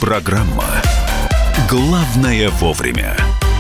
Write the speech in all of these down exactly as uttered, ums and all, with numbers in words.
Программа «Главное вовремя».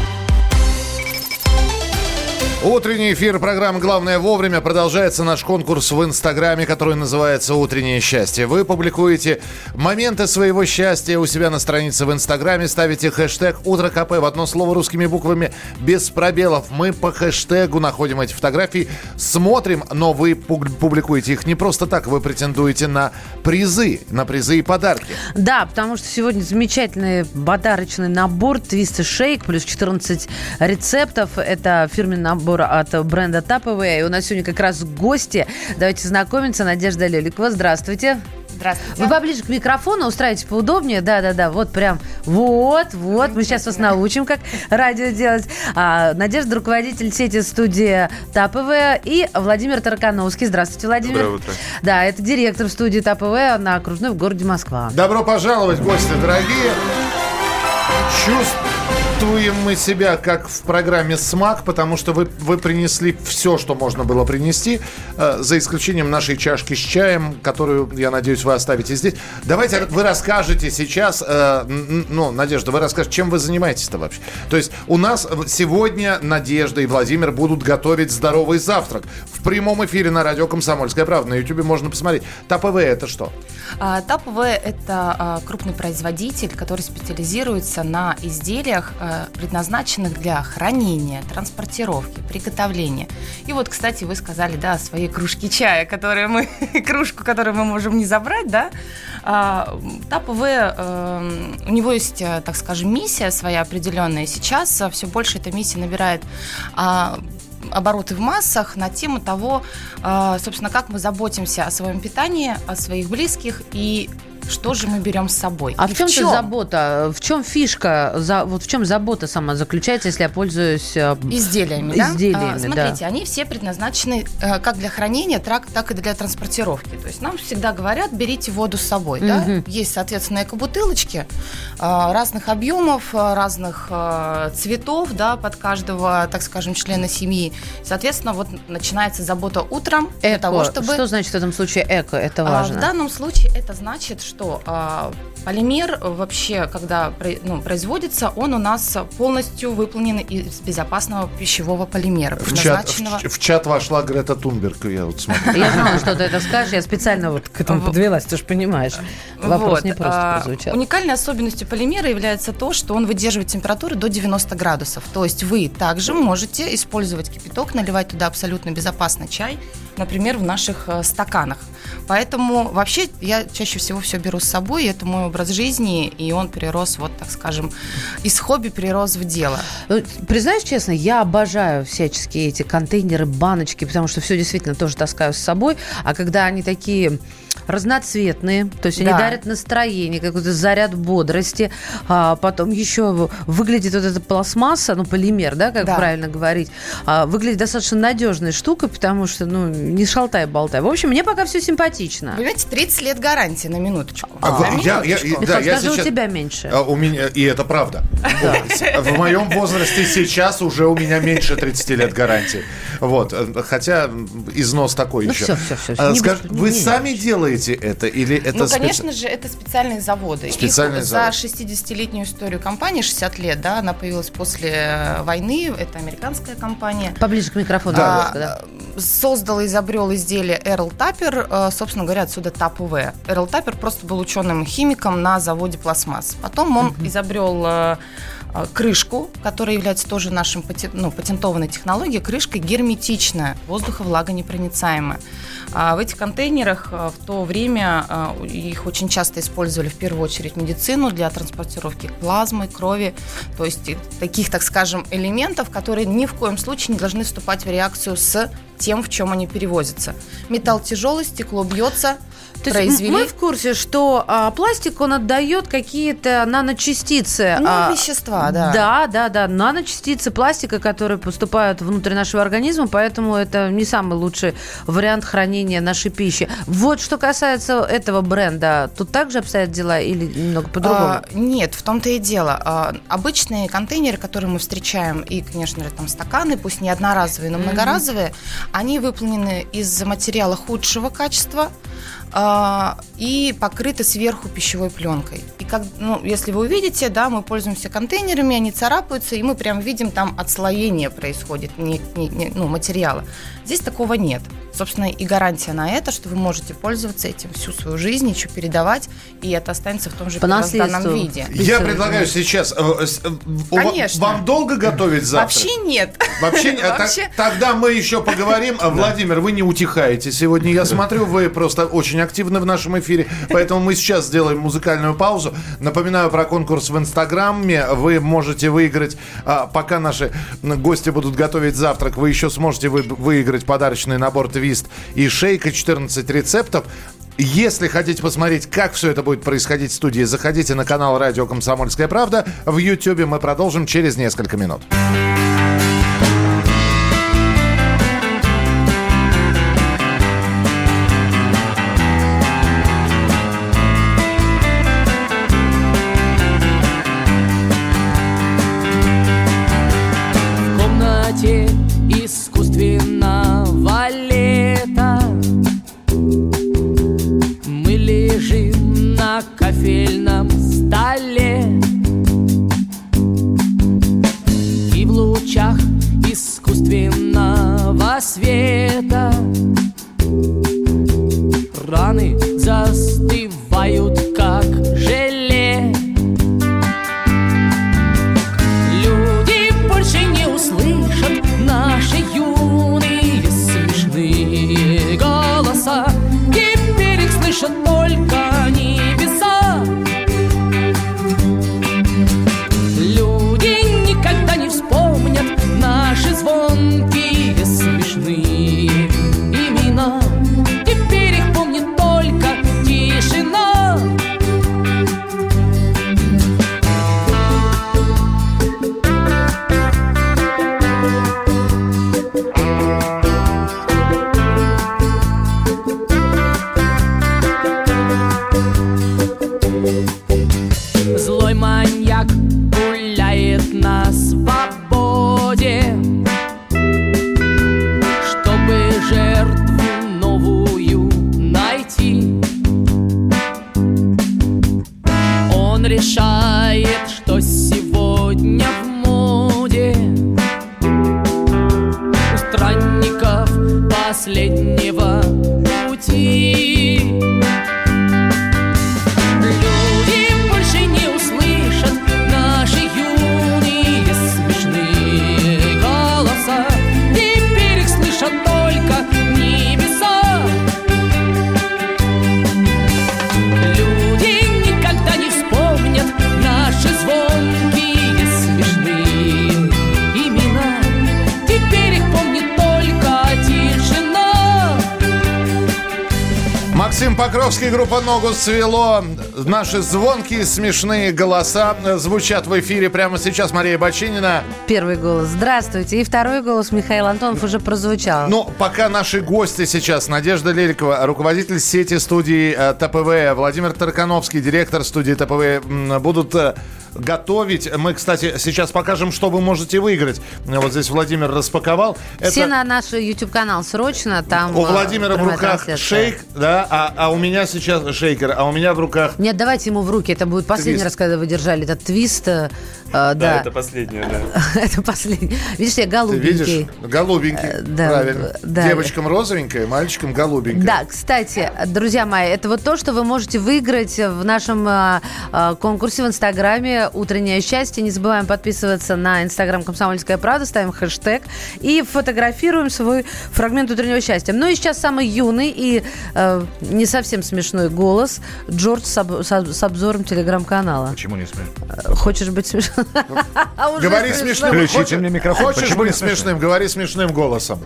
Утренний эфир программы «Главное вовремя». Продолжается наш конкурс в Инстаграме, который называется «Утреннее счастье». Вы публикуете моменты своего счастья у себя на странице в Инстаграме, ставите хэштег «Утро КП» в одно слово русскими буквами, без пробелов. Мы по хэштегу находим эти фотографии, смотрим, но вы публикуете их не просто так, вы претендуете на призы, на призы и подарки. Да, потому что сегодня замечательный подарочный набор Twist Shake, плюс четырнадцать рецептов. Это фирменный набор от бренда Tupperware. И у нас сегодня как раз гости. Давайте знакомиться. Надежда Леликова, здравствуйте. Здравствуйте. Вы поближе к микрофону, устраивайтесь поудобнее. Да-да-да, вот прям, вот, вот. Мы сейчас вас научим, как радио делать. А, Надежда, руководитель сети студии Tupperware, и Владимир Таракановский. Здравствуйте, Владимир. Доброе утро. Да, это директор студии Tupperware на Окружной в городе Москва. Добро пожаловать, гости дорогие. Чувствуем мы себя как в программе «Смак», потому что вы, вы принесли все, что можно было принести, э, за исключением нашей чашки с чаем, которую, я надеюсь, вы оставите здесь. Давайте вы расскажете сейчас, э, ну, Надежда, вы расскажете, чем вы занимаетесь-то вообще? То есть у нас сегодня Надежда и Владимир будут готовить здоровый завтрак в прямом эфире на радио «Комсомольская правда». На Ютубе можно посмотреть. Tupperware — это что? Tupperware – это крупный производитель, который специализируется на изделиях, предназначенных для хранения, транспортировки, приготовления. И вот, кстати, вы сказали, да, о своей кружке чая, которую мы, кружку, которую мы можем не забрать, да. Tupperware, у него есть, так скажем, миссия своя определенная. Сейчас все больше эта миссия набирает обороты в массах на тему того, собственно, как мы заботимся о своем питании, о своих близких и что же мы берем с собой. А и в чем, в чем забота? В чем фишка? За, вот в чем забота сама заключается, если я пользуюсь изделиями? изделиями да? а, смотрите, да. Они все предназначены э, как для хранения, так, так и для транспортировки. То есть нам всегда говорят, берите воду с собой. Угу. Да? Есть, соответственно, эко-бутылочки э, разных объемов, разных э, цветов, да, под каждого, так скажем, члена семьи. Соответственно, вот начинается забота утром. Эко. Для того, чтобы... Что значит в этом случае эко? Это важно. А, в данном случае это значит, что что а, полимер вообще, когда ну, производится, он у нас полностью выполнен из безопасного пищевого полимера. В чат, в, в чат вошла Грета Тунберг, я вот смотрю. Я знала, что ты это скажешь, я специально вот к этому подвелась, ты же понимаешь. Вопрос не просто прозвучал. Уникальной особенностью полимера является то, что он выдерживает температуру до девяносто градусов. То есть вы также можете использовать кипяток, наливать туда абсолютно безопасный чай, например, в наших стаканах. Поэтому вообще я чаще всего все беру с собой, это мой образ жизни, и он перерос, вот так скажем, из хобби перерос в дело. Признаюсь честно, я обожаю всяческие эти контейнеры, баночки, потому что все действительно тоже таскаю с собой, а когда они такие разноцветные, то есть они да. дарят настроение, какой-то заряд бодрости, а потом еще выглядит вот эта пластмасса, ну, полимер, да, как да. правильно говорить, а, выглядит достаточно надежной штукой, потому что, ну, не шалтай-болтай. В общем, мне пока все симпатично. Вы понимаете, тридцать лет гарантии на минуточку. А, на минуточку. Я, я, Михаил, да, я скажи, сейчас... у тебя меньше. А, у меня, и это правда. Да. В моем возрасте сейчас уже у меня меньше тридцати лет гарантии. Вот. Хотя износ такой ну, еще. Все, все, все. А, скажи, вы сами делаете это или это Ну, специ... конечно же, это специальные заводы. Специальные Их заводы. За шестидесятилетнюю историю компании, шестьдесят лет, да, она появилась после войны, это американская компания. Поближе к микрофону. Да. Да. Создал и изобрел изделие Эрл Таппер, собственно говоря, отсюда Tupperware. Эрл Таппер просто был ученым-химиком на заводе пластмасс. Потом он uh-huh. изобрел крышку, которая является тоже нашим ну, патентованной технологией. Крышка герметичная, воздухо-влагонепроницаемая. А в этих контейнерах в то время их очень часто использовали в первую очередь медицину для транспортировки плазмы, крови, то есть таких, так скажем, элементов, которые ни в коем случае не должны вступать в реакцию с тем, в чем они перевозятся. Металл тяжелый, стекло бьется. То есть мы в курсе, что а, пластик, он отдает какие-то наночастицы. Ну, а, вещества, да. Да, да, да, наночастицы пластика, которые поступают внутрь нашего организма, поэтому это не самый лучший вариант хранения нашей пищи. Вот что касается этого бренда, тут также обстоят дела или немного по-другому? А, нет, в том-то и дело. А, обычные контейнеры, которые мы встречаем, и, конечно же, там стаканы, пусть не одноразовые, но mm-hmm. многоразовые, они выполнены из материала худшего качества, э, и покрыты сверху пищевой пленкой. И как, ну, если вы увидите, да, мы пользуемся контейнерами, они царапаются, и мы прям видим, там отслоение происходит не, не, не, ну, материала. Здесь такого нет. Собственно, и гарантия на это, что вы можете пользоваться этим всю свою жизнь, еще передавать, и это останется в том же первозданном виде. Я предлагаю сейчас... Конечно. Вам долго готовить завтрак? Вообще нет. Вообще нет? Вообще... Тогда мы еще поговорим. Владимир, вы не утихаете сегодня. Я смотрю, вы просто очень активны в нашем эфире, поэтому мы сейчас сделаем музыкальную паузу. Напоминаю про конкурс в Инстаграме. Вы можете выиграть, пока наши гости будут готовить завтрак, вы еще сможете выиграть подарочный набор «Твист» и «Шейка», четырнадцать рецептов. Если хотите посмотреть, как все это будет происходить в студии, заходите на канал «Радио Комсомольская правда» в Ютьюбе. Мы продолжим через несколько минут. В комнате искусственного лета мы лежим на кофейном столе, и в лучах искусственного света раны застывают, как желе. Люди больше не услышат наши юные смешные голоса. Теперь их слышат только небеса. Люди никогда не вспомнят наши звонкие смешные имена. Теперь их помнит только тишина. Злой маньяк гуляет на свободе, чтобы жертву новую найти. Он решает, что сегодня в моде у странников последнего пути. Люди больше не услышат наши юные смешные голоса. Теперь их слышат только небеса. Люди никогда не вспомнят наши звонкие смешные имена. Теперь их помнит только тишина. Максим Покровский, группа «Ногу свело». Наши звонкие, смешные голоса звучат в эфире прямо сейчас. Мария Бочинина. Первый голос. Здравствуйте. И второй голос Михаил Антонов уже прозвучал. Ну, пока наши гости сейчас. Надежда Леликова, руководитель сети студии э, ТПВ. Владимир Таркановский, директор студии ТПВ, м, будут э, готовить. Мы, кстати, сейчас покажем, что вы можете выиграть. Вот здесь Владимир распаковал. Все Это... на наш YouTube-канал срочно. Там У Владимира в руках шейк, да, а, а у меня сейчас шейкер, а у меня в руках... Нет, давайте ему в руки. Это будет последний твист. Раз, когда вы держали этот твист. Э, да, да, это последнее, да. Это последний. Видишь, я голубенький. Ты видишь? Голубенький, э, да, правильно. Да. Девочкам розовенькая, мальчикам голубенькая. Да, кстати, друзья мои, это вот то, что вы можете выиграть в нашем э, э, конкурсе в Инстаграме «Утреннее счастье». Не забываем подписываться на Инстаграм «Комсомольская правда», ставим хэштег и фотографируем свой фрагмент «Утреннего счастья». Ну и сейчас самый юный и э, не совсем смешной голос Джордж с, об, с, с обзором телеграм-канала. Почему не смешно? Хочешь быть смешным? Говори смешным. Включите мне микрофон. Хочешь быть смешным? Говори смешным голосом.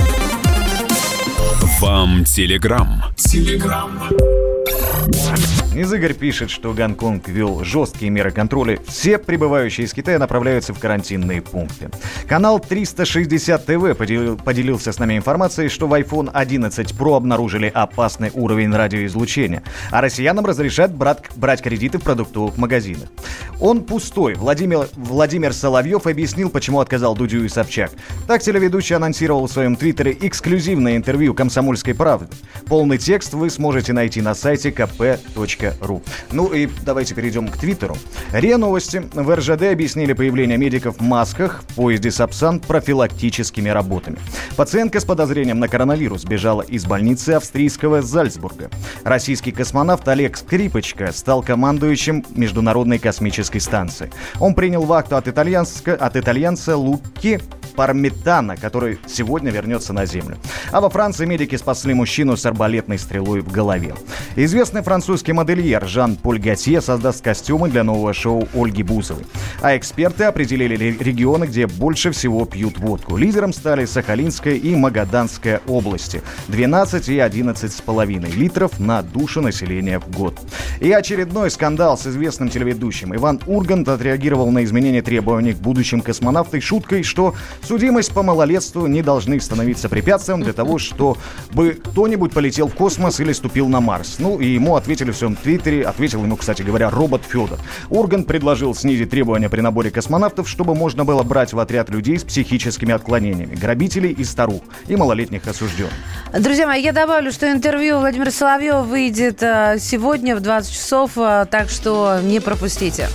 Вам телеграм. Телеграм. Низыгорь пишет, что Гонконг ввел жесткие меры контроля. Все прибывающие из Китая направляются в карантинные пункты. Канал триста шестьдесят ТВ поделил, поделился с нами информацией, что в айфон одиннадцать про обнаружили опасный уровень радиоизлучения, а россиянам разрешат брать, брать кредиты в продуктовых магазинах. Он пустой. Владимир, Владимир Соловьев объяснил, почему отказал Дудю и Собчак. Так телеведущий анонсировал в своем твиттере эксклюзивное интервью «Комсомольской правды». Полный текст вы сможете найти на сайте ка пэ точка ру. Ну и давайте перейдем к твиттеру. РИА Новости. В эр жэ дэ объяснили появление медиков в масках в поезде Сапсан профилактическими работами. Пациентка с подозрением на коронавирус бежала из больницы австрийского Зальцбурга. Российский космонавт Олег Скрипочка стал командующим Международной космической станции. Он принял вахту от, от итальянца Луки Парметана, который сегодня вернется на Землю. А во Франции медики спасли мужчину с арбалетной стрелой в голове. Известный французский модельер Жан-Поль Готье создаст костюмы для нового шоу Ольги Бузовой. А эксперты определили регионы, где больше всего пьют водку. Лидером стали Сахалинская и Магаданская области. двенадцать и одиннадцать с половиной литров на душу населения в год. И очередной скандал с известным телеведущим. Иван Ургант отреагировал на изменение требований к будущим космонавтам шуткой, что судимость по малолетству не должны становиться препятствием для того, чтобы кто-нибудь полетел в космос или ступил на Марс. Ну и ему ответили в своем твиттере, ответил ему, кстати говоря, робот Федор. Ургант предложил снизить требования при наборе космонавтов, чтобы можно было брать в отряд людей с психическими отклонениями, грабителей и старух, и малолетних осужденных. Друзья мои, я добавлю, что интервью Владимира Соловьева выйдет сегодня в двадцать часов, так что не пропустите.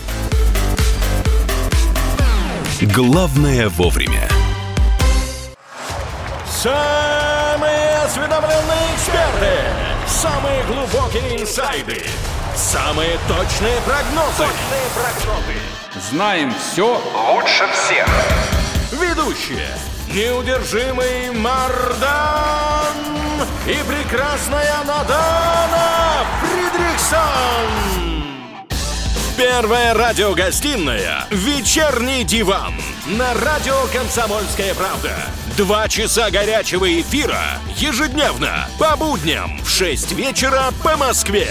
Главное вовремя. Самые осведомленные эксперты, самые глубокие инсайды, самые точные прогнозы. Точные прогнозы. Знаем все лучше всех. Ведущие: неудержимый Мардан и прекрасная Надана Фридрихсон. Первая радиогостинная «Вечерний диван» на радио «Комсомольская правда». Два часа горячего эфира ежедневно по будням в шесть вечера по Москве.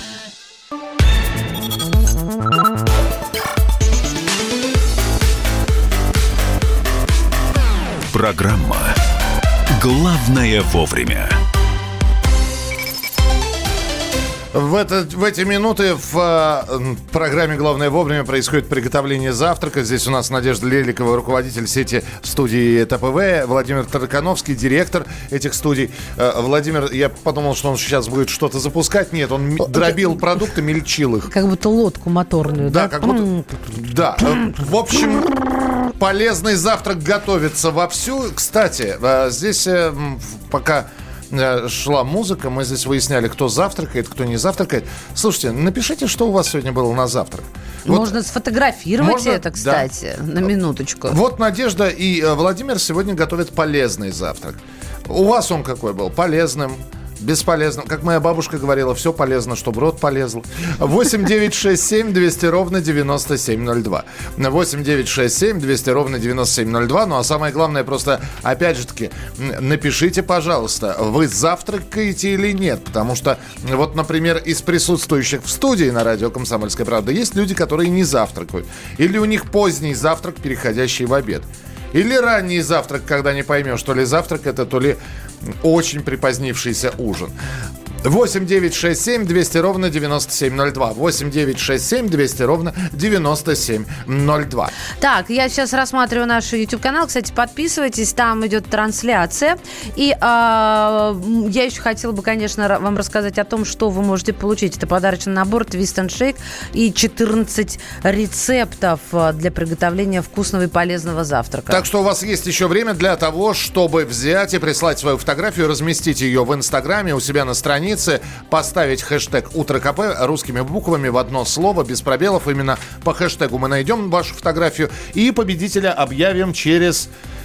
Программа «Главное вовремя». В, это, в эти минуты в э, программе «Главное вовремя» происходит приготовление завтрака. Здесь у нас Надежда Леликова, руководитель сети студии тэ пэ вэ, Владимир Таракановский, директор этих студий. Э, Владимир, я подумал, что он сейчас будет что-то запускать. Нет, он дробил продукты, мельчил их. Как будто лодку моторную, да? Да, как будто... Да. Э, в общем, полезный завтрак готовится вовсю. Кстати, э, здесь э, пока... шла музыка, мы здесь выясняли, кто завтракает, кто не завтракает. Слушайте, напишите, что у вас сегодня было на завтрак. Можно вот, сфотографировать можно, это, кстати, да. На минуточку. Вот Надежда и Владимир сегодня готовят полезный завтрак. У вас он какой был? Полезным? Бесполезно. Как моя бабушка говорила, все полезно, чтобы рот полезл. восемь девять шесть семь двести ровно девяносто семь ноль два. восемь девять шесть семь двести ровно девяносто семь ноль два. Ну а самое главное, просто, опять же таки, напишите, пожалуйста, вы завтракаете или нет. Потому что, вот, например, из присутствующих в студии на радио «Комсомольская правда» есть люди, которые не завтракают. Или у них поздний завтрак, переходящий в обед. Или ранний завтрак, когда не поймешь, то ли завтрак это, то ли очень припозднившийся ужин. восемь девять шесть семь двести ровно девяносто семь ноль два. восемь девять шесть семь двести ровно девяносто семь ноль два. Так, я сейчас рассматриваю наш YouTube-канал. Кстати, подписывайтесь, там идет трансляция. И э, я еще хотела бы, конечно, вам рассказать о том, что вы можете получить. Это подарочный набор Twist and Shake и четырнадцать рецептов для приготовления вкусного и полезного завтрака. Так что у вас есть еще время для того, чтобы взять и прислать свою фотографию, разместить ее в Инстаграме у себя на странице, поставить хэштег «Утро КП» русскими буквами в одно слово, без пробелов. Именно по хэштегу мы найдем вашу фотографию и победителя объявим через...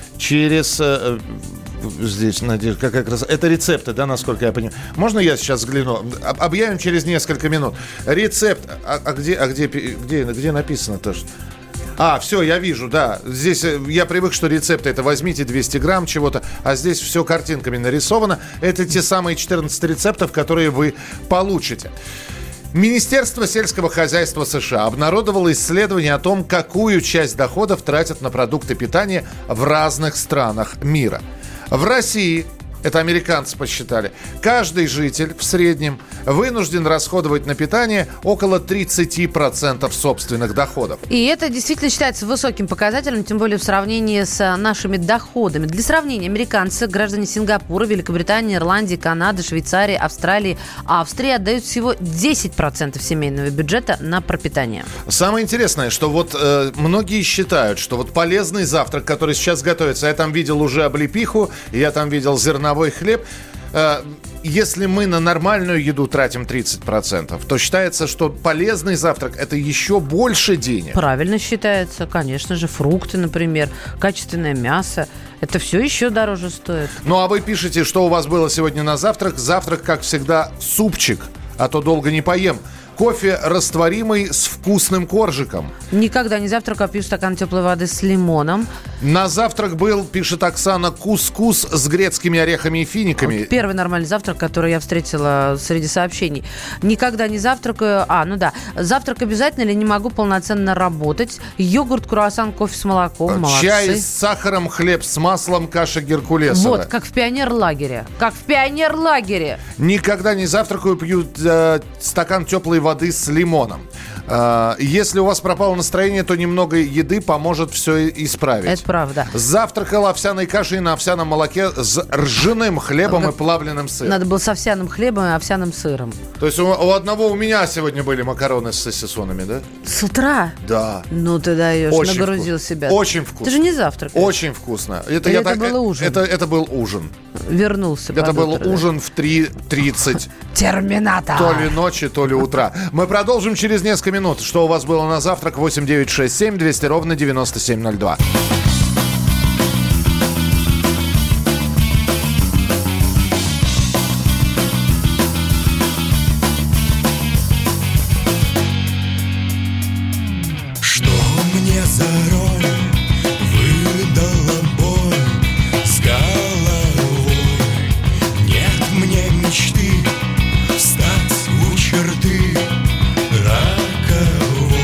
через э, здесь, Надежда, какая красота. Это рецепты, да, насколько я понимаю. Можно я сейчас взгляну? Объявим через несколько минут. Рецепт. А, а, где, а где, где, где написано-то? А, все, я вижу, да. Здесь я привык, что рецепты это возьмите двести грамм чего-то, а здесь все картинками нарисовано. Это те самые четырнадцать рецептов, которые вы получите. Министерство сельского хозяйства США обнародовало исследование о том, какую часть доходов тратят на продукты питания в разных странах мира. В России, это американцы посчитали, каждый житель в среднем вынужден расходовать на питание около тридцать процентов собственных доходов. И это действительно считается высоким показателем, тем более в сравнении с нашими доходами. Для сравнения, американцы, граждане Сингапура, Великобритании, Ирландии, Канады, Швейцарии, Австралии, Австрии отдают всего десять процентов семейного бюджета на пропитание. Самое интересное, что вот э, многие считают, что вот полезный завтрак, который сейчас готовится, я там видел уже облепиху, я там видел зерновой хлеб. Если мы на нормальную еду тратим тридцать процентов, то считается, что полезный завтрак – это еще больше денег. Правильно считается, конечно же. Фрукты, например, качественное мясо. Это все еще дороже стоит. Ну, а вы пишете, что у вас было сегодня на завтрак. Завтрак, как всегда, супчик, а то долго не поем. Кофе растворимый с вкусным коржиком. Никогда не завтракаю, пью стакан теплой воды с лимоном. На завтрак был, пишет Оксана, кускус с грецкими орехами и финиками. Вот первый нормальный завтрак, который я встретила среди сообщений. Никогда не завтракаю. А, ну да. Завтрак обязательно или не могу полноценно работать. Йогурт, круассан, кофе с молоком. Молодцы. Чай с сахаром, хлеб с маслом, каша геркулесова. Вот, как в пионерлагере. Как в пионерлагере. Никогда не завтракаю, пью э, стакан теплой воды с лимоном. Э, если у вас пропало настроение, то немного еды поможет все исправить. Это правда. Завтракал овсяной кашей на овсяном молоке с ржаным хлебом как... и плавленым сыром. Надо было с овсяным хлебом и овсяным сыром. То есть у, у одного у меня сегодня были макароны с сосисонами, да? С утра? Да. Ну ты даешь, очень нагрузил вкус. себя. Очень вкусно. Ты же не завтракаешь. Очень вкусно. Это, я это так... был ужин? Это, это был ужин. Вернулся. Это был утро, ужин да? в три тридцать. Терминатор. То ли ночи, то ли утра. Мы продолжим через несколько минут. Что у вас было на завтрак? восемь девятьсот шестьдесят семь двести ровно девяносто семь ноль два. Что мне за роль выдала боль с головой? Нет мне мечты встать у черты роковой.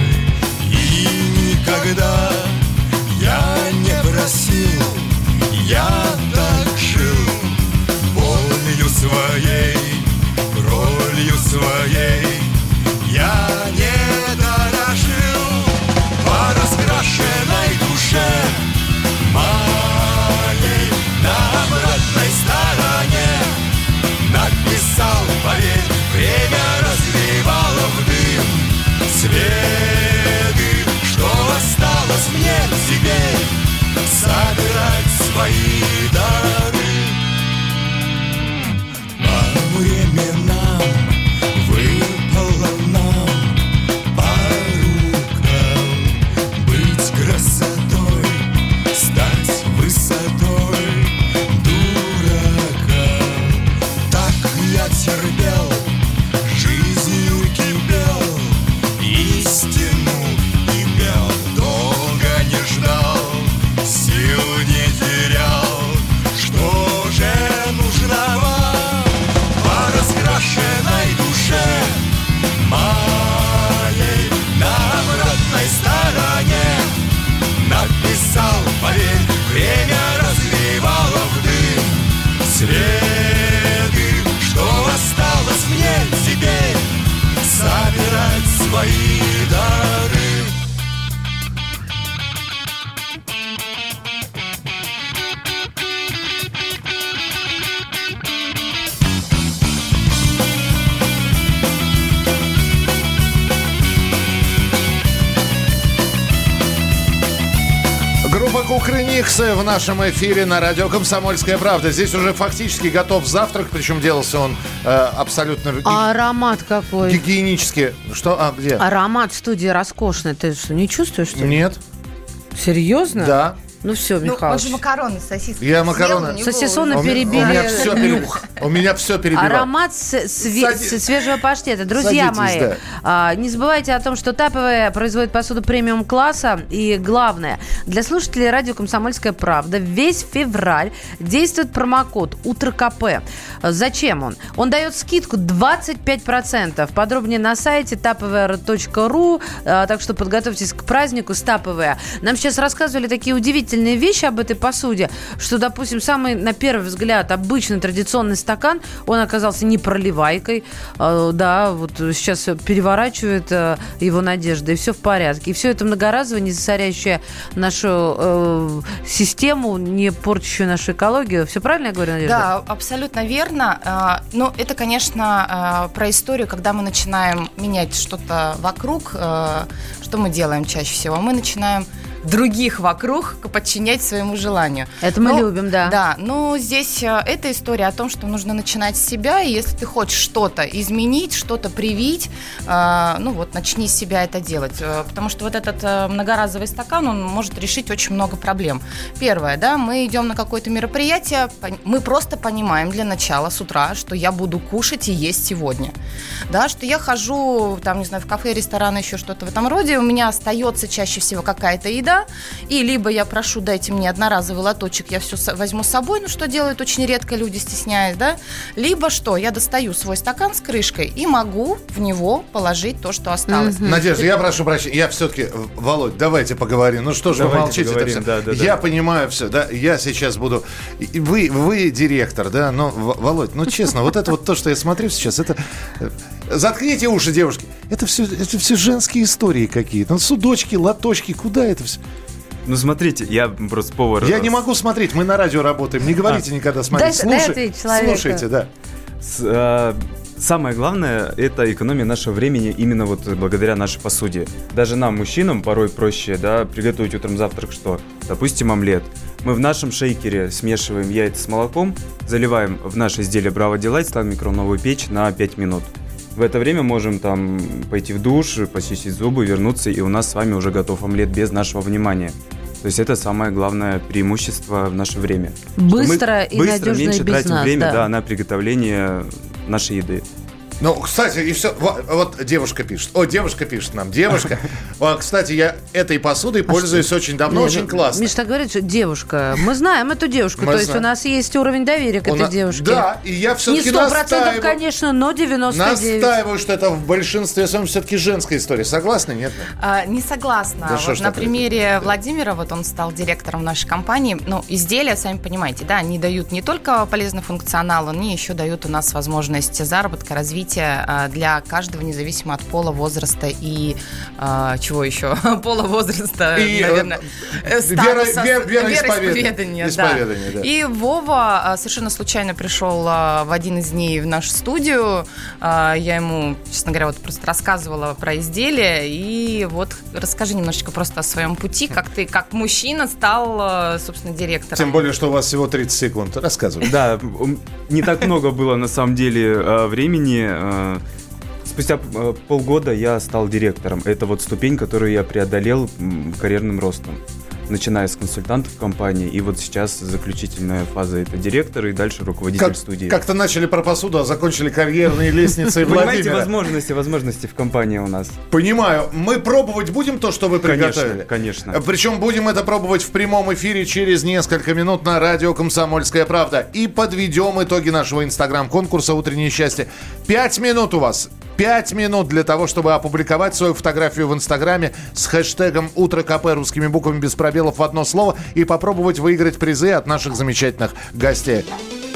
И никогда я не просил, я так жил болью своей, ролью своей. Я не дорожил по раскрашенной душе моей. На обратной стороне написал, поверь, время развивало в дым следы. Что осталось мне теперь? Собирать свои дары. По временам выпало нам по рукам быть красотой, стать высотой дурака. Так я терпел, жизнью кипел, истину имел, долго не ждал, сил не терял. Что же нужно вам по раскрашенной душе моей? На обратной стороне написал, поверь, время развивало в дым следы. Что осталось мне теперь? Собирать свои дары. Группа Кукрыниксы в нашем эфире на радио «Комсомольская правда». Здесь уже фактически готов завтрак, причем делался он э, абсолютно... А аромат какой? Гигиенически. Что? А, где? Аромат в студии роскошный. Ты что, не чувствуешь, что ли? Нет. Серьезно? Да. Ну все, Ну, он Михалыч. же макароны с сосиской Я съел, макароны- у него Сосисоны уже- перебили. У меня все перебили. У меня все перебивает. Аромат с- све- Сади- свежего паштета. Друзья Садитесь, мои, да. а, не забывайте о том, что ТАПВ производит посуду премиум-класса. И главное, для слушателей радио «Комсомольская правда» весь февраль действует промокод УТРКП. Зачем он? Он дает скидку двадцать пять процентов. Подробнее на сайте tapvr точка ру. Так что подготовьтесь к празднику с ТАПВ. Нам сейчас рассказывали такие удивительные вещи об этой посуде, что, допустим, самый, на первый взгляд, обычный традиционный стакан, он оказался не проливайкой. Да, вот сейчас переворачивает его Надежда, и все в порядке. И все это многоразово, не засоряющее нашу э, систему, не порчащую нашу экологию. Все правильно я говорю, Надежда? Да, абсолютно верно. Но это, конечно, про историю, когда мы начинаем менять что-то вокруг. Что мы делаем чаще всего? Мы начинаем других вокруг подчинять своему желанию. Это мы но, любим, да. Да, но здесь эта история о том, что нужно начинать с себя, и если ты хочешь что-то изменить, что-то привить, э, ну вот, начни с себя это делать, э, потому что вот этот э, многоразовый стакан, он может решить очень много проблем. Первое, да, мы идем на какое-то мероприятие, мы просто понимаем для начала с утра, что я буду кушать и есть сегодня, да, что я хожу, там, не знаю, в кафе, ресторан, еще что-то в этом роде, у меня остается чаще всего какая-то еда, и либо я прошу, дайте мне одноразовый лоточек, я все возьму с собой, ну что делают очень редко люди, стесняясь, да, либо что, я достаю свой стакан с крышкой и могу в него положить то, что осталось. Mm-hmm. Надежда, я прошу прощения, я все-таки, Володь, давайте поговорим, ну что же вы молчите, поговорим, да, да, я да. понимаю все, да, я сейчас буду, вы, вы директор, да, но, Володь, ну честно, вот это вот то, что я смотрю сейчас, это... Заткните уши, девушки. Это все, это все женские истории какие-то. Ну, судочки, лоточки, куда это все? Ну, смотрите, я просто повар. Я не могу смотреть, мы на радио работаем. Не говорите а. никогда смотреть. Дай, дай ответить человеку. Слушайте, да. С, а, самое главное, это экономия нашего времени именно вот благодаря нашей посуде. Даже нам, мужчинам, порой проще, да, приготовить утром завтрак что? Допустим, омлет. Мы в нашем шейкере смешиваем яйца с молоком, заливаем в наше изделие Bravo Delight, ставим в микроволновую печь на пять минут. В это время можем там пойти в душ, почистить зубы, вернуться, и у нас с вами уже готов омлет без нашего внимания. То есть это самое главное преимущество в наше время. Быстро и быстро, надежно меньше и без тратим нас, время да. Да, на приготовление нашей еды. Ну, кстати, и все. Вот, вот девушка пишет. О, девушка пишет нам. Девушка. Кстати, я этой посудой пользуюсь очень давно, очень классно. Миша так говорит, что девушка. Мы знаем эту девушку. То есть у нас есть уровень доверия к этой девушке. Да, и я все-таки не сто процентов, конечно, но девяносто девять. Настаиваю, что это в большинстве своем все-таки женская история. Согласны, нет? А, не согласна. Да вот на примере Владимира, вот он стал директором нашей компании. Ну, изделия, сами понимаете, да, они дают не только полезный функционал, они еще дают у нас возможность заработка, развития для каждого, независимо от пола, возраста и а, чего еще? Пола, возраста, и, наверное, статуса, вера, вера, вероисповедания. Исповедание, да. Да. И Вова совершенно случайно пришел в один из дней в нашу студию. Я ему, честно говоря, вот просто рассказывала про изделие. И вот расскажи немножечко просто о своем пути, как ты, как мужчина, стал, собственно, директором. Тем более, что у вас всего тридцать секунд. Рассказывай. Да, не так много было на самом деле времени. Спустя полгода я стал директором. Это вот ступень, которую я преодолел карьерным ростом, начиная с консультантов компании, и вот сейчас заключительная фаза — это директор, и дальше руководитель как, студии. Как-то начали про посуду, а закончили карьерные лестницы Владимира. Понимаете, возможности, возможности в компании у нас. Понимаю. Мы пробовать будем то, что вы приготовили? Конечно, конечно. Причем будем это пробовать в прямом эфире через несколько минут на радио «Комсомольская правда». И подведем итоги нашего инстаграм-конкурса «Утреннее счастье». Пять минут у вас. Пять минут для того, чтобы опубликовать свою фотографию в Инстаграме с хэштегом «Утро КП» русскими буквами без пробелов в одно слово и попробовать выиграть призы от наших замечательных гостей.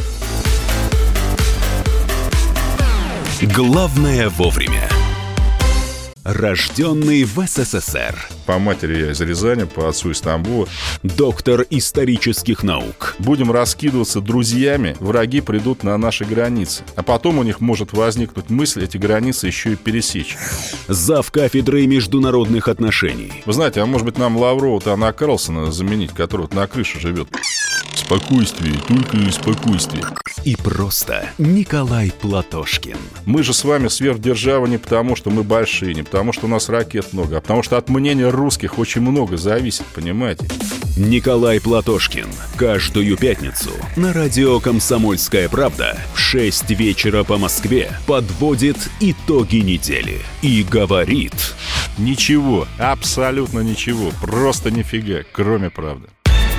Главное вовремя. Рожденный в СССР. По матери я из Рязани, по отцу из Тамбова. Доктор исторических наук. Будем раскидываться друзьями, враги придут на наши границы. А потом у них может возникнуть мысль эти границы еще и пересечь. Зав. Кафедрой международных отношений. Вы знаете, а может быть нам Лаврова-то Анна Карлсона заменить, который вот на крыше живет? Спокойствие, только спокойствие. И просто Николай Платошкин. Мы же с вами сверхдержава не потому, что мы большие, не потому, что у нас ракет много, а потому что от мнения русских очень много зависит, понимаете? Николай Платошкин. Каждую пятницу на радио «Комсомольская правда» в шесть вечера по Москве подводит итоги недели и говорит: Ничего, абсолютно ничего, просто нифига, кроме правды.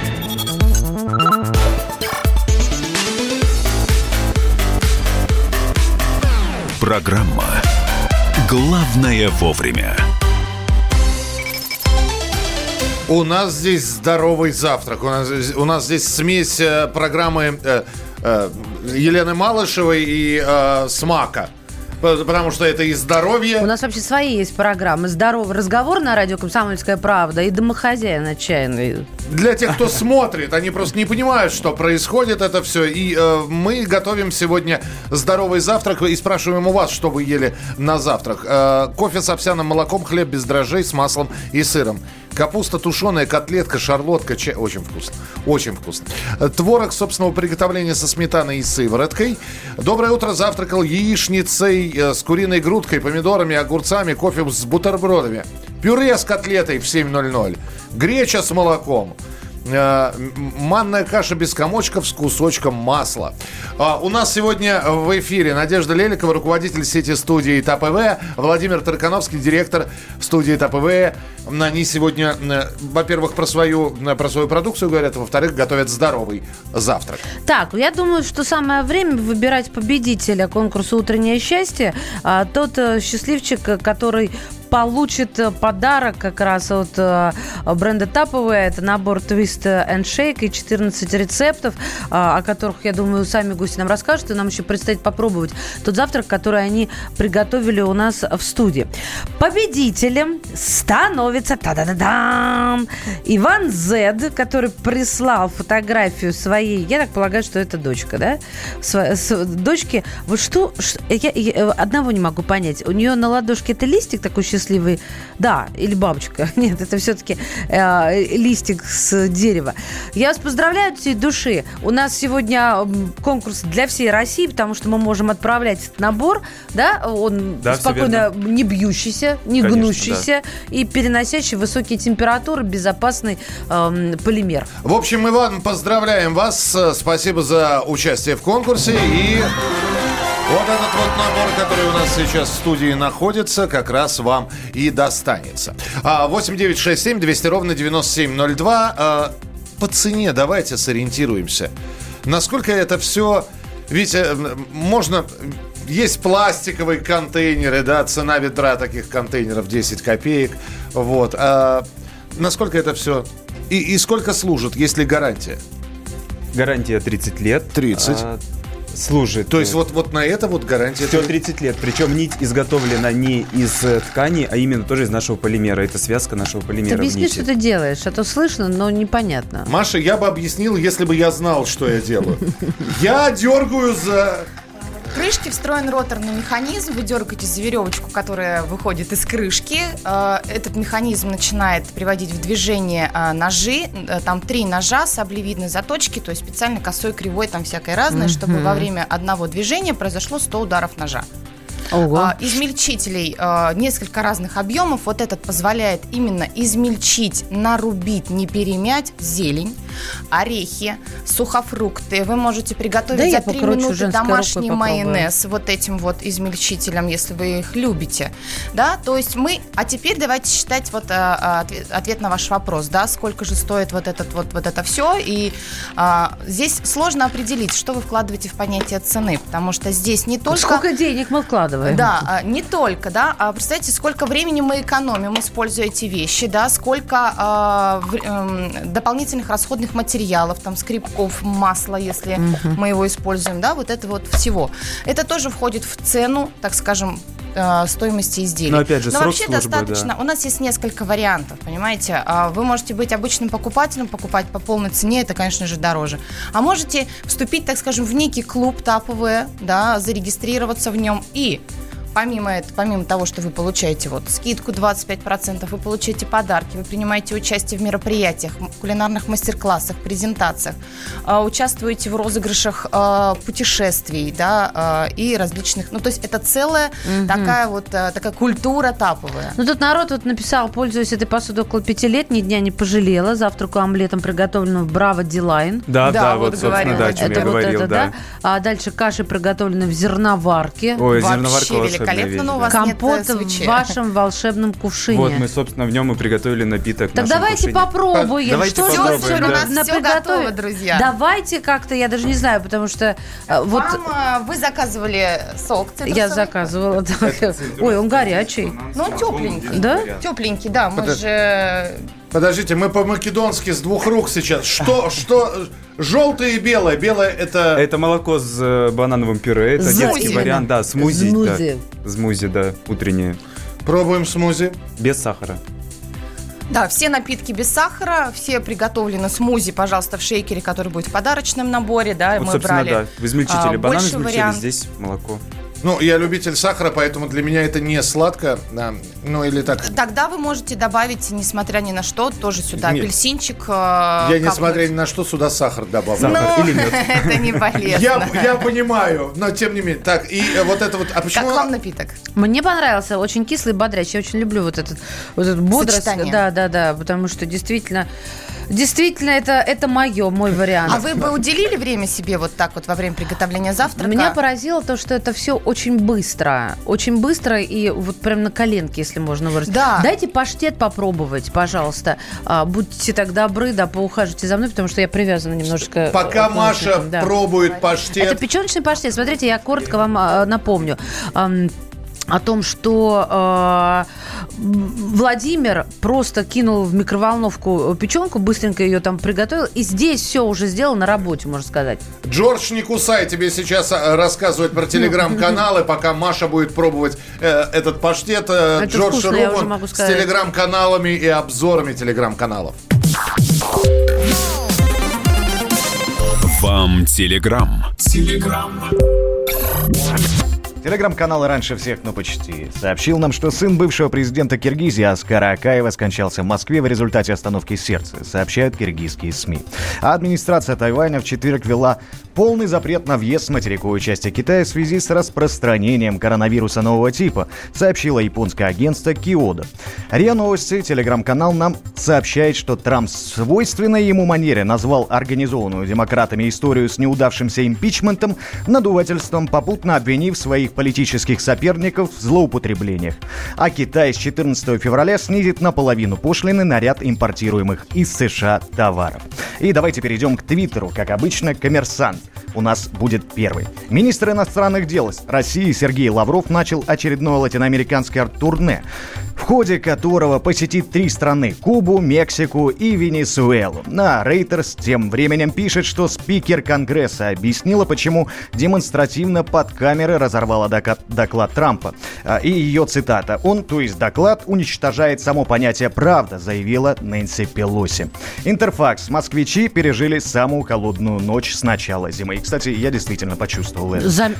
Программа «Главное вовремя». У нас здесь здоровый завтрак. У нас, у нас здесь смесь э, программы э, э, Елены Малышевой и э, СМАКа. Потому что это и здоровье. У нас вообще свои есть программы. Здоровый разговор на радио «Комсомольская правда» и домохозяин отчаянный. Для тех, кто смотрит, они просто не понимают, что происходит это все. И э, мы готовим сегодня здоровый завтрак и спрашиваем у вас, что вы ели на завтрак. Э, кофе с овсяным молоком, хлеб без дрожжей с маслом и сыром. Капуста тушеная, котлетка, шарлотка, чай. Очень вкусно. Очень вкусно. Творог собственного приготовления со сметаной и сывороткой. Доброе утро. Завтракал яичницей с куриной грудкой, помидорами, огурцами, кофе с бутербродами. Пюре с котлетой в семь ноль ноль. Греча с молоком. Манная каша без комочков с кусочком масла. У нас сегодня в эфире Надежда Леликова, руководитель сети студии ТАПВ, Владимир Таркановский, директор студии ТАПВ. Они сегодня, во-первых, про свою, про свою продукцию говорят, а во-вторых, готовят здоровый завтрак. Так, я думаю, что самое время выбирать победителя конкурса «Утреннее счастье». Тот счастливчик, который получит подарок как раз от бренда ТАПВ. Это набор Twist and Shake и четырнадцать рецептов, о которых, я думаю, сами гости нам расскажут. И нам еще предстоит попробовать тот завтрак, который они приготовили у нас в студии. Победителем становится та-да-да-дам, Иван Зед, который прислал фотографию своей, я так полагаю, что это дочка, да? Сво- с- дочки. Вот что, что я, я одного не могу понять. У нее на ладошке это листик такой счастливый, да, или бабочка. Нет, это все-таки э, листик с дерева. Я вас поздравляю от всей души. У нас сегодня конкурс для всей России, потому что мы можем отправлять этот набор, да, он да, спокойно не бьющийся, не Конечно, гнущийся, да, и переносящий высокие температуры, безопасный э, полимер. В общем, Иван, поздравляем вас. Спасибо за участие в конкурсе. И вот этот вот набор, который у нас сейчас в студии находится, как раз вам и достанется. восемь девятьсот шестьдесят семь двести ровно девяносто семь ноль два. По цене давайте сориентируемся. Насколько это все... Ведь можно... Есть пластиковые контейнеры, да, цена ведра таких контейнеров десять копеек. Вот. А насколько это все... И, и сколько служит, есть ли гарантия? Гарантия тридцать лет. тридцать. А, служит. То есть вот, вот на это вот гарантия... Все тридцать лет. Причем нить изготовлена не из ткани, а именно тоже из нашего полимера. Это связка нашего полимера. Ты объясни, что ты делаешь. А то слышно, но непонятно. Маша, я бы объяснил, если бы я знал, что я делаю. Я дергаю за... В крышке встроен роторный механизм. Вы дергаете за веревочку, которая выходит из крышки. Этот механизм начинает приводить в движение ножи. Там три ножа с саблевидной заточки, то есть специально косой, кривой, там всякое разное, mm-hmm. чтобы во время одного движения произошло сто ударов ножа. Ого. Измельчителей несколько разных объемов. Вот этот позволяет именно измельчить, нарубить, не перемять зелень, орехи, сухофрукты. Вы можете приготовить да за три минуты домашний майонез вот этим вот измельчителем, если вы их любите. Да, то есть мы... А теперь давайте считать вот а, ответ, ответ на ваш вопрос, да, сколько же стоит вот, этот, вот, вот это все. И а, здесь сложно определить, что вы вкладываете в понятие цены, потому что здесь не только... Сколько денег мы вкладываем? Да, не только, да, а представьте, сколько времени мы экономим, используя эти вещи, да, сколько э, э, дополнительных расходных материалов, там, скребков, масла, если uh-huh. мы его используем, да, вот это вот всего. Это тоже входит в цену, так скажем, э, стоимости изделий. Но опять же, Но срок вообще службы, достаточно, да. У нас есть несколько вариантов, понимаете, вы можете быть обычным покупателем, покупать по полной цене, это, конечно же, дороже, а можете вступить, так скажем, в некий клуб ТАПВ, да, зарегистрироваться в нем и помимо, это, помимо того, что вы получаете вот скидку двадцать пять процентов, вы получаете подарки, вы принимаете участие в мероприятиях, кулинарных мастер-классах, презентациях, э, участвуете в розыгрышах э, путешествий, да, э, и различных, ну, то есть это целая угу. такая вот э, такая культура таповая. Ну, тут народ вот написал, пользуясь этой посудой около пяти лет, ни дня не пожалела, завтраку омлетом, приготовленным в Браво Дилайн. Да, да, да, вот, вот собственно, да, о чем это я вот говорил, это, да. да. А дальше каши, приготовленные в зерноварке. Ой, вообще зерноварка великолепно, но у вас компот нет свечи. в вашем волшебном кувшине. Вот мы, собственно, в нем и приготовили напиток. Так давайте кувшине. попробуем. Давайте что попробуем, все, да. на, на все готово, друзья. Давайте как-то, я даже не знаю, потому что Вам, вот а, вы заказывали сок цитрусовый? я заказывала. Да. Ой, он горячий. Ну, он тепленький. Да? Тепленький, да. Мы Подожди. же... Подождите, мы по-македонски с двух рук сейчас. Что, что, желтое и белое? Белое это... Это молоко с э, банановым пюре, это Смузи. детский вариант, да, смузи. Смузи. Да. Смузи, да, утреннее. Пробуем смузи. Без сахара. Да, все напитки без сахара, все приготовлены смузи, пожалуйста, в шейкере, который будет в подарочном наборе, да, Вот, мы собственно, брали. да. В измельчителе а, банан больше измельчили, вариант. здесь молоко. Ну, я любитель сахара, поэтому для меня это не сладко. Да. Ну, или так. Тогда вы можете добавить, несмотря ни на что, тоже сюда Нет. апельсинчик. Я, несмотря ни на что, сюда сахар добавлю. Сахар Ну, или мед. это не полезно. Я, я понимаю, но тем не менее. Так, и э, вот это вот... А почему... Как вам напиток? Мне понравился, очень кислый, бодрящий. Я очень люблю вот этот, вот этот бодрость. Сочетание. Да, да, да, потому что действительно, действительно это, это мое, мой вариант. А вы бы уделили время себе вот так вот во время приготовления завтрака? Меня поразило то, что это все очень быстро. Очень быстро и вот прям на коленке, если можно выразить. Да. Дайте паштет попробовать, пожалуйста. А, будьте так добры, да, поухаживайте за мной, потому что я привязана немножечко. Пока к Маша наушникам, да. пробует паштет... Это печеночный паштет. Смотрите, я коротко вам а, напомню. Ам, о том, что э, Владимир просто кинул в микроволновку печенку, быстренько ее там приготовил, и здесь все уже сделал на работе, можно сказать. Джордж, не кусай, тебе сейчас э, рассказывать про телеграм-каналы, пока Маша будет пробовать э, этот паштет. Э, Это Джордж вкусно, я уже Руман могу с сказать. телеграм-каналами и обзорами телеграм-каналов. Вам телеграм. Телеграм. Телеграм-канал «Раньше всех, но почти» сообщил нам, что сын бывшего президента Киргизии Аскара Акаева скончался в Москве в результате остановки сердца, сообщают киргизские СМИ. А администрация Тайваня в четверг ввела полный запрет на въезд в материковую часть Китая в связи с распространением коронавируса нового типа, сообщило японское агентство Киодо. РИА Новости, телеграм-канал, нам сообщает, что Трамп в свойственной ему манере назвал организованную демократами историю с неудавшимся импичментом надувательством, попутно обвинив своих политических соперников в злоупотреблениях. А Китай с четырнадцатого февраля снизит наполовину пошлины на ряд импортируемых из США товаров. И давайте перейдем к Твиттеру. Как обычно, «Коммерсант» у нас будет первый. Министр иностранных дел России Сергей Лавров начал очередное латиноамериканское турне, в ходе которого посетит три страны – Кубу, Мексику и Венесуэлу. А Reuters тем временем пишет, что спикер Конгресса объяснила, почему демонстративно под камеры разорвала доклад, доклад Трампа. И ее цитата: «Он, то есть доклад, уничтожает само понятие «правда», заявила Нэнси Пелоси». Интерфакс. Москвичи пережили самую холодную ночь с начала зимы. И, кстати, я действительно почувствовал это. Зам...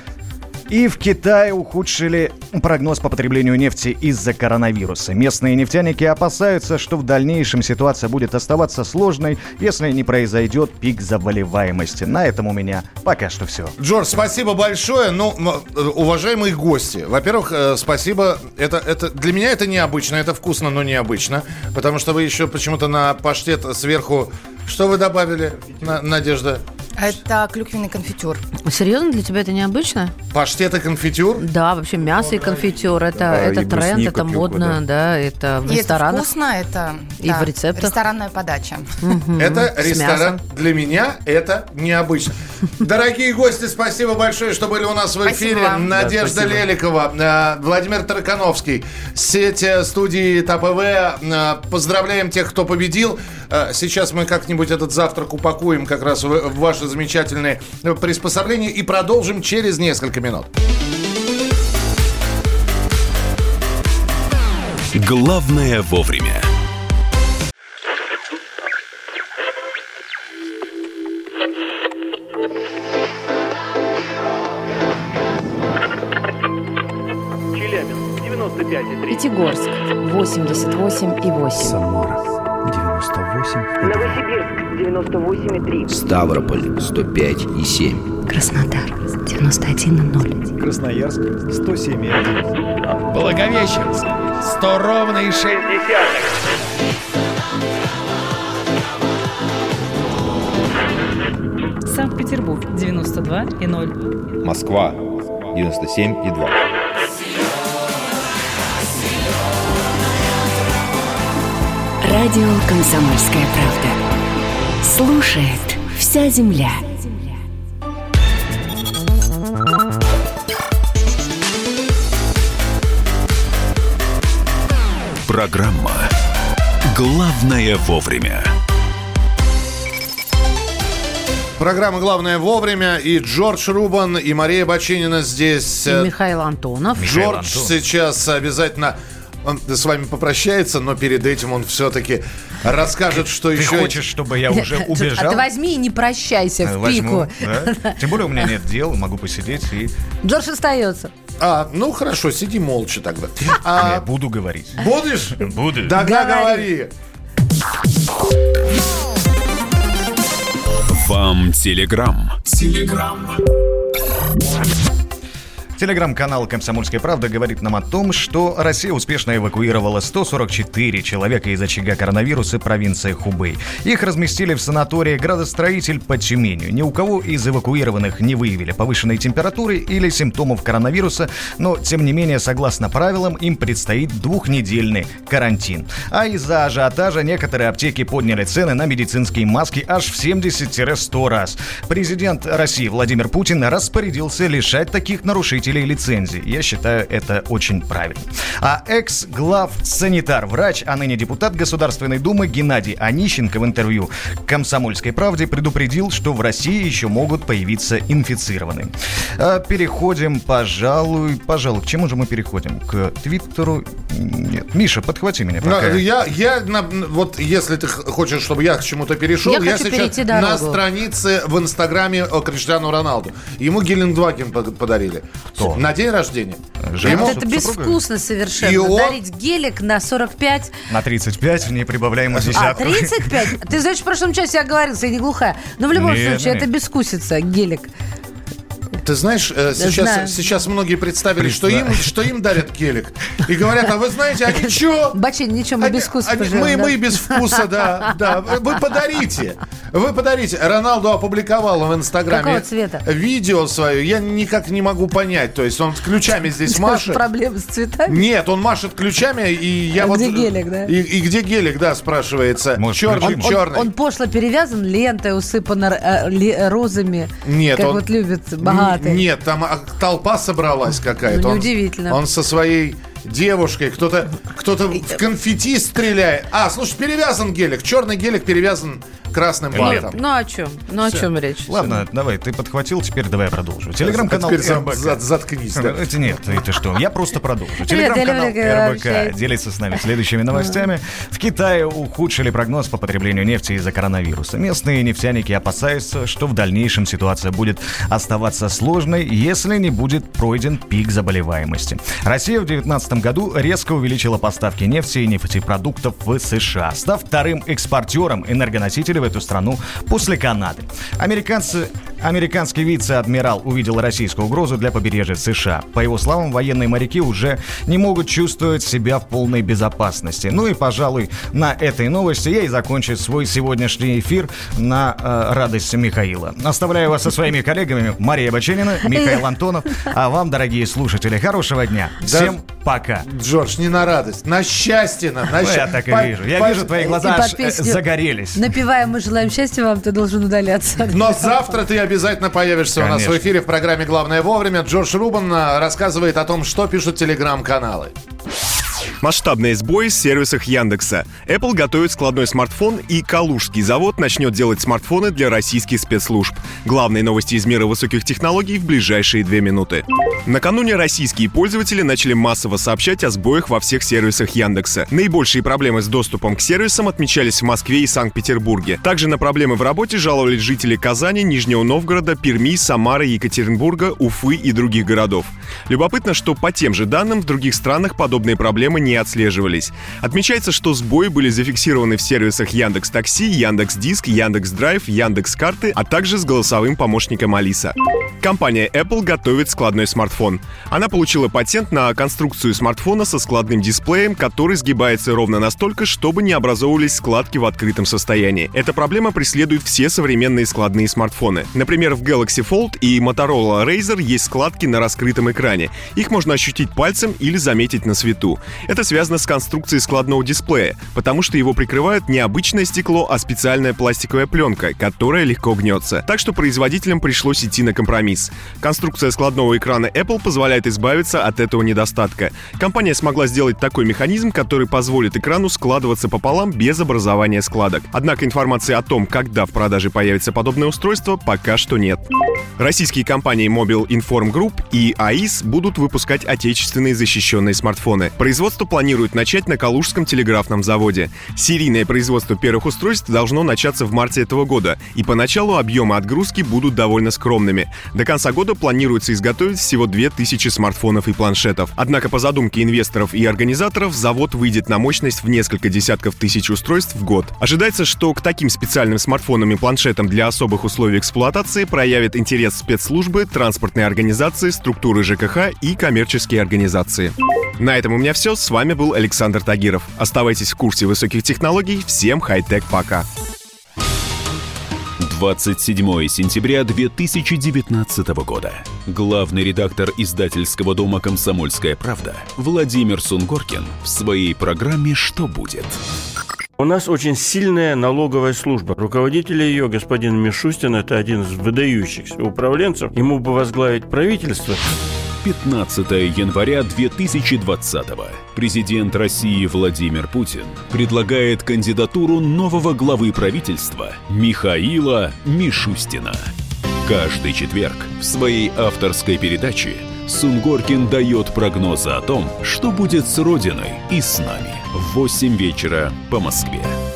И в Китае ухудшили прогноз по потреблению нефти из-за коронавируса. Местные нефтяники опасаются, что в дальнейшем ситуация будет оставаться сложной, если не произойдет пик заболеваемости. На этом у меня пока что все. Джордж, спасибо большое. Ну, уважаемые гости, во-первых, спасибо. Это, это, для меня это необычно, это вкусно, но необычно. Потому что вы еще почему-то на паштет сверху... Что вы добавили, Надежда? Это клюквенный конфитюр. Серьезно, для тебя это необычно? Паштет и конфитюр? Да, вообще мясо и конфитюр. Это, Да, это и тренд, брусника, это клюква, модно, да. да, это в И ресторанах. это вкусно, это И в рецептах. ресторанная подача. Это С ресторан. мясом. Для меня это необычно. Дорогие гости, спасибо большое, что были у нас в Спасибо эфире. вам. Надежда Да, спасибо. Леликова, э, Владимир Таракановский, сеть э, студии ТАПВ. Э, Поздравляем тех, кто победил. Э, Сейчас мы как-нибудь этот завтрак упакуем как раз в, в ваши замечательные приспособления и продолжим через несколько минут. Главное вовремя. пять и три. Пятигорск восемьдесят восемь и восемь. Самара девяносто восемь и два. Новосибирск девяносто восемь и три. Ставрополь сто пять и семь. Краснодар девяносто один и ноль. Красноярск сто семь и один. Благовещенск сто ровно и шесть десятых. Санкт-Петербург девяносто два и ноль. Москва девяносто семь и два. Радио «Комсомольская правда». Слушает вся земля. Программа «Главное вовремя». Программа «Главное вовремя». И Джордж Рубан, и Мария Баченина здесь. И Михаил Антонов. Джордж Михаил Антонов. сейчас обязательно... Он с вами попрощается, но перед этим он все-таки расскажет, что Ты еще... Ты хочешь, чтобы я уже убежал? А ты возьми и не прощайся в Возьму, пику. да? Тем более у меня нет дел, могу посидеть и... Джордж остается. А, ну хорошо, сиди молча тогда. А... Я буду говорить. Будешь? Буду. Тогда говори. Вам телеграм. Телеграм. Телеграм-канал «Комсомольская правда» говорит нам о том, что Россия успешно эвакуировала сто сорок четыре человека из очага коронавируса провинции Хубэй. Их разместили в санатории «Градостроитель» под Тюменью. Ни у кого из эвакуированных не выявили повышенной температуры или симптомов коронавируса, но, тем не менее, согласно правилам, им предстоит двухнедельный карантин. А из-за ажиотажа некоторые аптеки подняли цены на медицинские маски аж в семьдесят-сто раз. Президент России Владимир Путин распорядился лишать таких нарушителей лицензии. Я считаю, это очень правильно. А экс-глав-санитар, врач, а ныне депутат Государственной Думы Геннадий Онищенко в интервью «Комсомольской правде» предупредил, что в России еще могут появиться инфицированные. А переходим, пожалуй, пожалуй, к чему же мы переходим? К Твиттеру? Нет. Миша, подхвати меня пока. Я, я на, вот если ты хочешь, чтобы я к чему-то перешел, я, я сейчас на странице в Инстаграме Криштиану Роналду. Ему Гелендваген подарили. Кто? На день рождения. Ему... Это безвкусно совершенно. И он... Дарить гелик на сорок пять. На тридцать пять не прибавляем десятку. А, тридцать пять? Ты знаешь, в прошлом часе я говорила, я не глухая. Но в любом нет, случае, нет. Это безвкусица, гелик. Ты знаешь, сейчас, сейчас многие представили, что им, что им дарят гелик. И говорят, а вы знаете, а ничего. Бачин, ничего, мы без вкуса поживем, мы, да? мы без вкуса, да, да. Вы подарите. Вы подарите. Роналду опубликовал в Инстаграме какого цвета? Видео свое. Я никак не могу понять. То есть он с ключами здесь машет. Проблемы с цветами? Нет, он машет ключами, и я а вот... где гелик, да? И, и где гелик, да, спрашивается. Может, черный, он, черный. Он, он пошло перевязан лентой, усыпан э, розами. Нет, как он... вот любят богатые. Нет, там толпа собралась какая-то. Ну, неудивительно. Он, он со своей девушкой, кто-то, кто-то в конфетти стреляет. А, слушай, перевязан гелик. Черный гелик перевязан красным бантом. Ну, о чем? Ну, о чем речь? Ладно, все. Давай, ты подхватил, теперь давай я продолжу. Телеграм-канал РБК. Зад, заткнись. Да. Это нет, это что? Я просто продолжу. Телеграм-канал РБК делится с нами следующими новостями. В Китае ухудшили прогноз по потреблению нефти из-за коронавируса. Местные нефтяники опасаются, что в дальнейшем ситуация будет оставаться сложной, если не будет пройден пик заболеваемости. Россия в две тысячи девятнадцатом году резко увеличила поставки нефти и нефтепродуктов в США, став вторым экспортером энергоносителей в эту страну после Канады. Американцы, американский вице-адмирал увидел российскую угрозу для побережья США. По его словам, военные моряки уже не могут чувствовать себя в полной безопасности. Ну и, пожалуй, на этой новости я и закончу свой сегодняшний эфир на э, радость Михаила. Оставляю вас со своими коллегами Мария Баченина, Михаил Антонов. А вам, дорогие слушатели, хорошего дня. Всем да, пока. Джордж, не на радость, на счастье. На, на ну, щ... я так и по, вижу. Я по... вижу, твои глаза аж загорелись. Напеваем «Мы желаем счастья вам», ты должен удаляться. Но завтра ты обязательно появишься Конечно. у нас в эфире в программе «Главное вовремя». Джордж Рубан рассказывает о том, что пишут телеграм-каналы. Масштабные сбои в сервисах Яндекса. Apple готовит складной смартфон, и Калужский завод начнет делать смартфоны для российских спецслужб. Главные новости из мира высоких технологий в ближайшие две минуты. Накануне российские пользователи начали массово сообщать о сбоях во всех сервисах Яндекса. Наибольшие проблемы с доступом к сервисам отмечались в Москве и Санкт-Петербурге. Также на проблемы в работе жаловались жители Казани, Нижнего Новгорода, Перми, Самары, Екатеринбурга, Уфы и других городов. Любопытно, что по тем же данным в других странах подобные проблемы не отслеживались. Отмечается, что сбои были зафиксированы в сервисах Яндекс.Такси, Яндекс.Диск, Яндекс.Драйв, Яндекс.Карты, а также с голосовым помощником Алиса. Компания Apple готовит складной смартфон. Она получила патент на конструкцию смартфона со складным дисплеем, который сгибается ровно настолько, чтобы не образовывались складки в открытом состоянии. Эта проблема преследует все современные складные смартфоны. Например, в Galaxy Fold и Motorola Razr есть складки на раскрытом экране. Их можно ощутить пальцем или заметить на свету. Это связано с конструкцией складного дисплея, потому что его прикрывает не обычное стекло, а специальная пластиковая пленка, которая легко гнется. Так что производителям пришлось идти на компромисс. Конструкция складного экрана Apple позволяет избавиться от этого недостатка. Компания смогла сделать такой механизм, который позволит экрану складываться пополам без образования складок. Однако информации о том, когда в продаже появится подобное устройство, пока что нет. Российские компании Mobile Inform Group и АИС будут выпускать отечественные защищенные смартфоны. Производство планируют начать на Калужском телеграфном заводе. Серийное производство первых устройств должно начаться в марте этого года, и поначалу объемы отгрузки будут довольно скромными. До конца года планируется изготовить всего две тысячи смартфонов и планшетов. Однако по задумке инвесторов и организаторов завод выйдет на мощность в несколько десятков тысяч устройств в год. Ожидается, что к таким специальным смартфонам и планшетам для особых условий эксплуатации проявят интерес спецслужбы, транспортные организации, структуры ЖКХ и коммерческие организации. На этом у меня все. С вами был Александр Тагиров. Оставайтесь в курсе высоких технологий. Всем хай-тек пока. двадцать седьмого сентября две тысячи девятнадцатого года. Главный редактор издательского дома «Комсомольская правда» Владимир Сунгоркин в своей программе «Что будет?». У нас очень сильная налоговая служба. Руководитель ее, господин Мишустин, это один из выдающихся управленцев. Ему бы возглавить правительство. пятнадцатого января две тысячи двадцатого. Президент России Владимир Путин предлагает кандидатуру нового главы правительства Михаила Мишустина. Каждый четверг в своей авторской передаче Сунгоркин дает прогнозы о том, что будет с Родиной и с нами в восемь вечера по Москве.